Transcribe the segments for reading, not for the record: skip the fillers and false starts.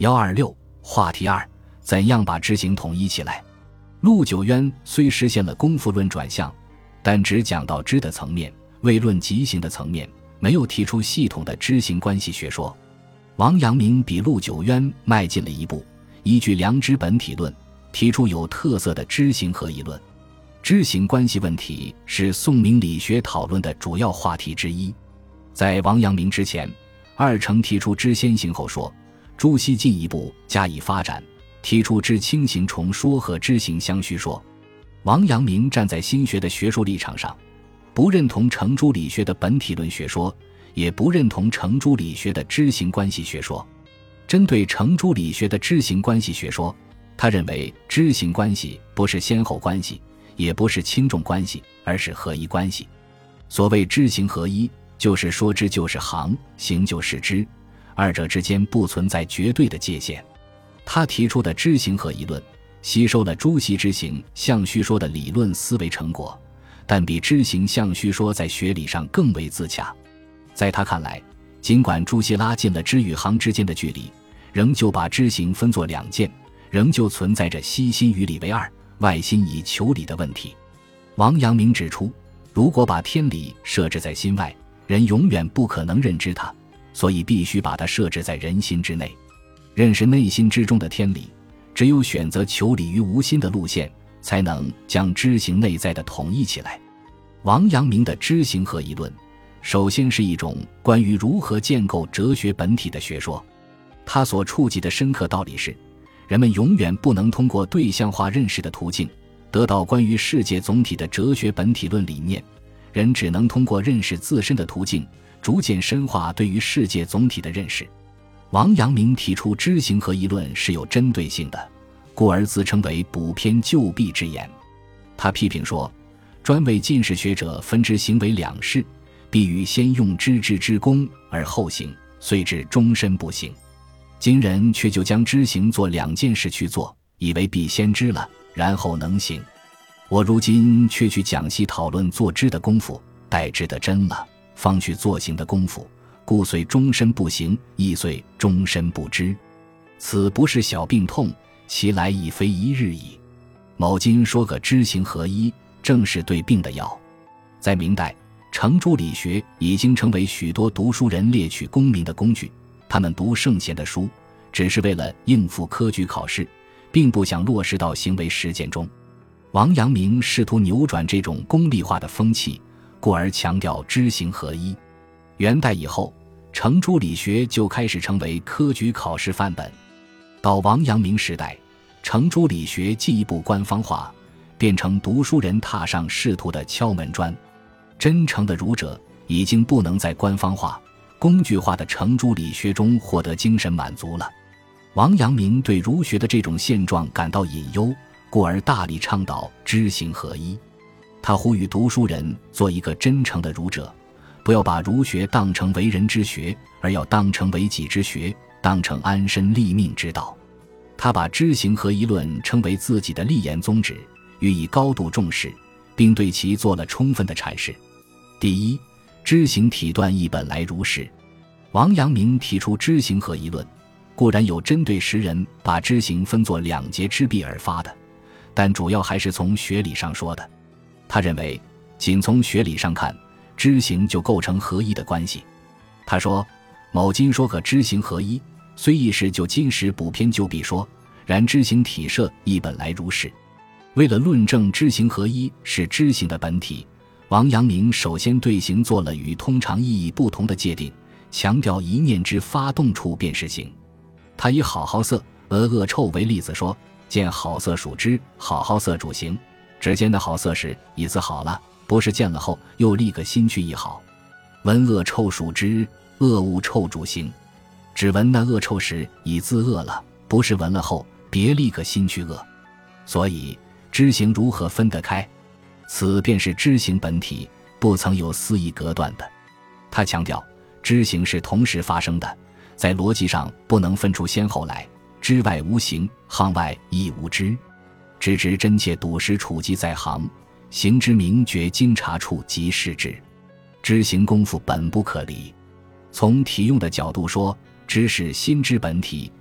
126话题2：怎样把知行统一起来？陆九渊虽实现了功夫论转向，但只讲到知的层面，未论即行的层面，没有提出系统的知行关系学说。王阳明比陆九渊迈进了一步，依据良知本体论，提出有特色的知行合一论。知行关系问题是宋明理学讨论的主要话题之一。在王阳明之前，二程提出知先行后说，朱熹进一步加以发展，提出知轻行重说和知行相虚说。王阳明站在心学的学术立场上，不认同程朱理学的本体论学说，也不认同程朱理学的知行关系学说。针对程朱理学的知行关系学说，他认为知行关系不是先后关系，也不是轻重关系，而是合一关系。所谓知行合一，就是说知就是行，行就是知，二者之间不存在绝对的界限。他提出的知行合一论吸收了朱熹知行相虚说的理论思维成果，但比知行相虚说在学理上更为自洽。在他看来，尽管朱熹拉近了知与行之间的距离，仍旧把知行分作两件，仍旧存在着悉心与理为二，外心以求理的问题。王阳明指出，如果把天理设置在心外，人永远不可能认知它，所以必须把它设置在人心之内。认识内心之中的天理，只有选择求理于无心的路线，才能将知行内在的统一起来。王阳明的知行合一论，首先是一种关于如何建构哲学本体的学说。他所触及的深刻道理是，人们永远不能通过对象化认识的途径得到关于世界总体的哲学本体论理念，人只能通过认识自身的途径逐渐深化对于世界总体的认识。王阳明提出知行合一论是有针对性的，故而自称为补偏救弊之言。他批评说，专为进士学者分知行为两事，必欲先用知之功而后行，遂至终身不行。今人却就将知行做两件事去做，以为必先知了，然后能行。我如今却去讲细讨论做知的功夫，待知得真了，方去做行的功夫，故遂终身不行，亦遂终身不知。此不是小病痛，其来亦非一日矣。某今说个知行合一，正是对病的药。在明代，程朱理学已经成为许多读书人猎取功名的工具，他们读圣贤的书，只是为了应付科举考试，并不想落实到行为实践中。王阳明试图扭转这种功利化的风气，故而强调知行合一。元代以后，程朱理学就开始成为科举考试范本。到王阳明时代，程朱理学进一步官方化，变成读书人踏上仕途的敲门砖。真诚的儒者已经不能在官方化、工具化的程朱理学中获得精神满足了。王阳明对儒学的这种现状感到隐忧，故而大力倡导知行合一。他呼吁读书人做一个真诚的儒者，不要把儒学当成为人之学，而要当成为己之学，当成安身立命之道。他把知行合一论称为自己的立言宗旨，予以高度重视，并对其做了充分的阐释。第一，知行体断亦本来如是。王阳明提出知行合一论，固然有针对时人把知行分作两节之弊而发的，但主要还是从学理上说的。他认为，仅从学理上看，知行就构成合一的关系。他说，某今说个知行合一，虽一时就今时补偏救弊说，然知行体设亦本来如是。为了论证知行合一是知行的本体，王阳明首先对行做了与通常意义不同的界定，强调一念之发动处便是行。他以好好色、恶臭为例子说，见好色属知，好色主行。只见的好色时已自好了，不是见了后又立个心去亦好。闻恶臭属知，恶恶臭主行。只闻那恶臭时已自恶了，不是闻了后别立个心去恶。所以知行如何分得开？此便是知行本体，不曾有肆意隔断的。他强调，知行是同时发生的，在逻辑上不能分出先后来，知外无行，行外亦无知。知之真切笃实处即在行，行之明觉经察处即是知。知行功夫本不可离。从体用的角度说，知是心之本体，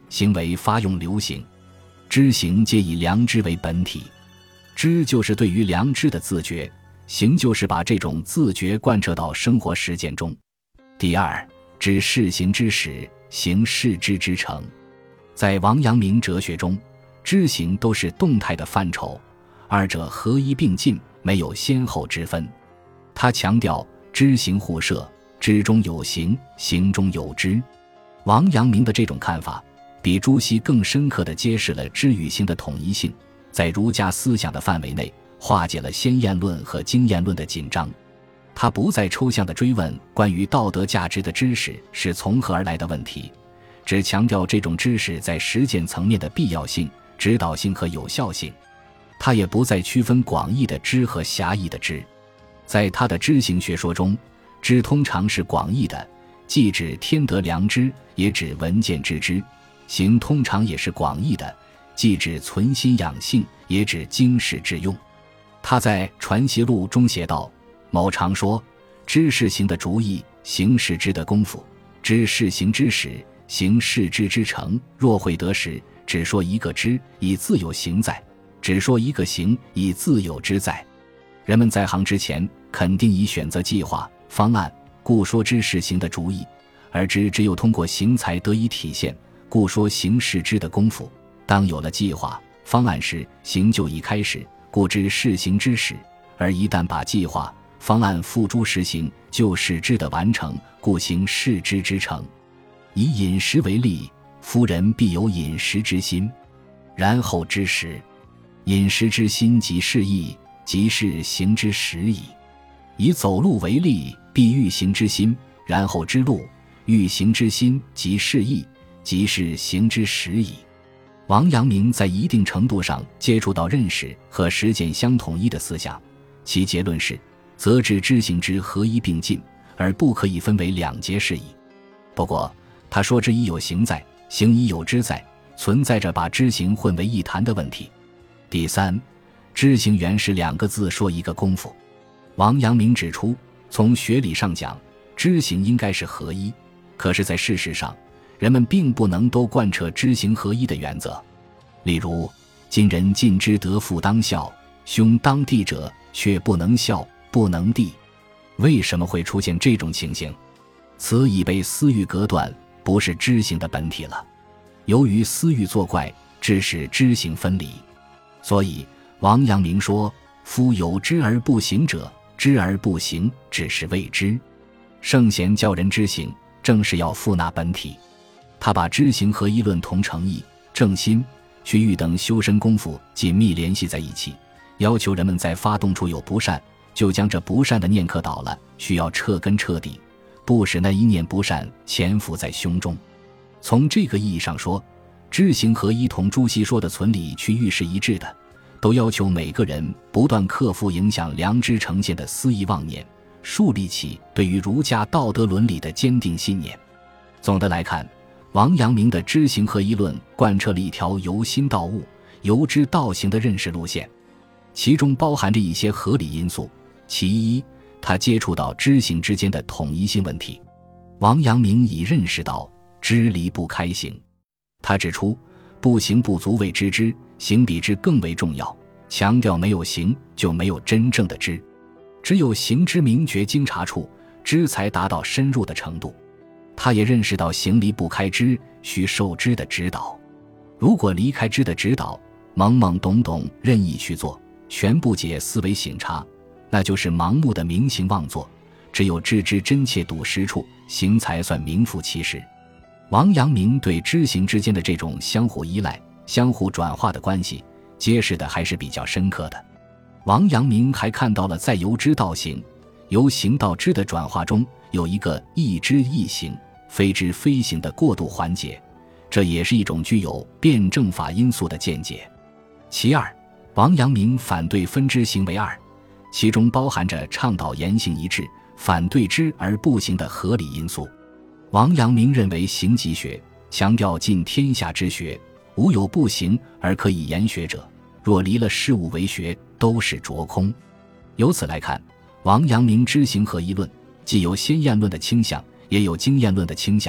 行为发用流行。知行皆以良知为本体，知就是对于良知的自觉，行就是把这种自觉贯彻到生活实践中。第二，知事行之始，行事之之成。在王阳明哲学中，知行都是动态的范畴，二者合一并进，没有先后之分。他强调知行互摄，知中有行，行中有知。王阳明的这种看法比朱熹更深刻地揭示了知与行的统一性，在儒家思想的范围内化解了先验论和经验论的紧张。他不再抽象地追问关于道德价值的知识是从何而来的问题，只强调这种知识在实践层面的必要性、指导性和有效性。他也不再区分广义的知和狭义的知。在他的知行学说中，知通常是广义的，既指天德良知，也指闻见之知；行通常也是广义的，既指存心养性，也指经世致用。他在《传习录》中写道：某常说，知是行的主意，行是知的功夫，知是行之始，行是知之成。若会得时，只说一个知，以自有行在；只说一个行，以自有知在。人们在行之前肯定已选择计划方案，故说知是行的主意，而知只有通过行才得以体现，故说行是知的功夫。当有了计划方案时，行就已开始，故知是行之始；而一旦把计划方案付诸实行，就是知的完成，故行是知之成。以饮食为例，夫人必有饮食之心，然后知食。饮食之心即是意，即是行之始矣。以走路为例，必欲行之心，然后知路；欲行之心即是意，即是行之始矣。王阳明在一定程度上接触到认识和实践相统一的思想，其结论是则知知行之合一并进，而不可以分为两节事矣。不过他说知已有行在，行已有知在，存在着把知行混为一谈的问题。第三，知行原是两个字说一个功夫。王阳明指出，从学理上讲，知行应该是合一，可是在事实上，人们并不能都贯彻知行合一的原则。例如，今人尽知德父当孝，兄当弟者，却不能孝，不能弟。为什么会出现这种情形？此已被私欲隔断，不是知行的本体了。由于私欲作怪，致使知行分离。所以王阳明说，夫有知而不行者，知而不行，只是谓知。圣贤教人知行，正是要复纳本体。他把知行合一论同诚意、正心、去欲等修身功夫紧密联系在一起，要求人们在发动处有不善，就将这不善的念刻倒了，需要彻根彻底，不使那一念不善潜伏在胸中。从这个意义上说，知行合一同朱熹说的存理去欲是一致的，都要求每个人不断克服影响良知呈现的私意妄念，树立起对于儒家道德伦理的坚定信念。总的来看，王阳明的知行合一论贯彻了一条由心到物、由知到行的认识路线，其中包含着一些合理因素。其一，他接触到知行之间的统一性问题。王阳明已认识到知离不开行，他指出不行不足谓知之，行比知更为重要，强调没有行就没有真正的知，只有行之明觉经察处，知才达到深入的程度。他也认识到行离不开知，需受知的指导。如果离开知的指导，懵懵懂懂任意去做，全不解思维省察，那就是盲目的明行妄作。只有知之真切笃实处，行才算名副其实。王阳明对知行之间的这种相互依赖、相互转化的关系揭示的还是比较深刻的。王阳明还看到了在由知到行、由行到知的转化中有一个亦知亦行、非知非行的过渡环节，这也是一种具有辩证法因素的见解。其二，王阳明反对分知行为二，其中包含着倡导言行一致、反对知而不行的合理因素。王阳明认为行即学，强调尽天下之学，无有不行而可以言学者，若离了事物为学，都是着空。由此来看，王阳明知行合一论既有先验论的倾向，也有经验论的倾向，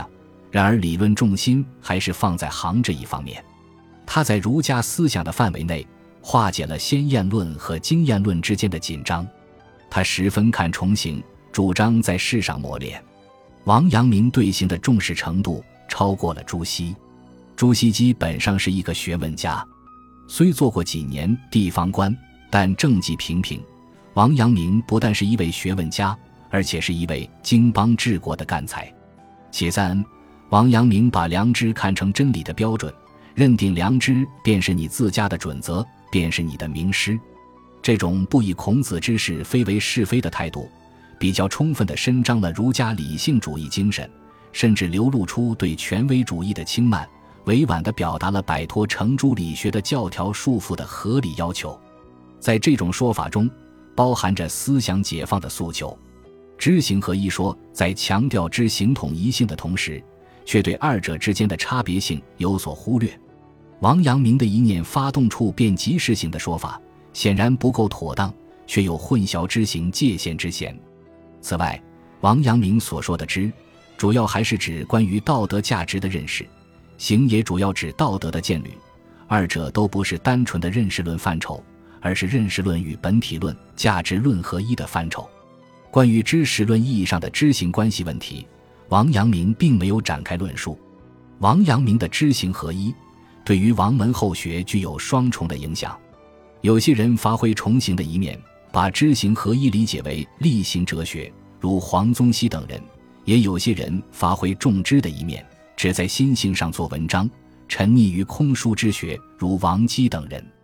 然而理论重心还是放在行这一方面。他在儒家思想的范围内化解了先验论和经验论之间的紧张。他十分看重刑，主张在世上磨练。王阳明对刑的重视程度超过了朱熹。朱熹基本上是一个学问家，虽做过几年地方官，但政绩平平。王阳明不但是一位学问家，而且是一位经邦治国的干才。其三，王阳明把良知看成真理的标准，认定良知便是你自家的准则，便是你的名师。这种不以孔子之是非为是非的态度，比较充分地伸张了儒家理性主义精神，甚至流露出对权威主义的轻慢，委婉地表达了摆脱程朱理学的教条束缚的合理要求。在这种说法中，包含着思想解放的诉求。知行合一说在强调知行统一性的同时，却对二者之间的差别性有所忽略。王阳明的一念发动处便即是行的说法，显然不够妥当，却有混淆知行界限之嫌。此外，王阳明所说的知，主要还是指关于道德价值的认识，行也主要指道德的建立，二者都不是单纯的认识论范畴，而是认识论与本体论、价值论合一的范畴。关于知识论意义上的知行关系问题，王阳明并没有展开论述。王阳明的知行合一对于王门后学具有双重的影响。有些人发挥重行的一面，把知行合一理解为力行哲学，如黄宗羲等人；也有些人发挥重知的一面，只在心性上做文章，沉溺于空疏之学，如王基等人。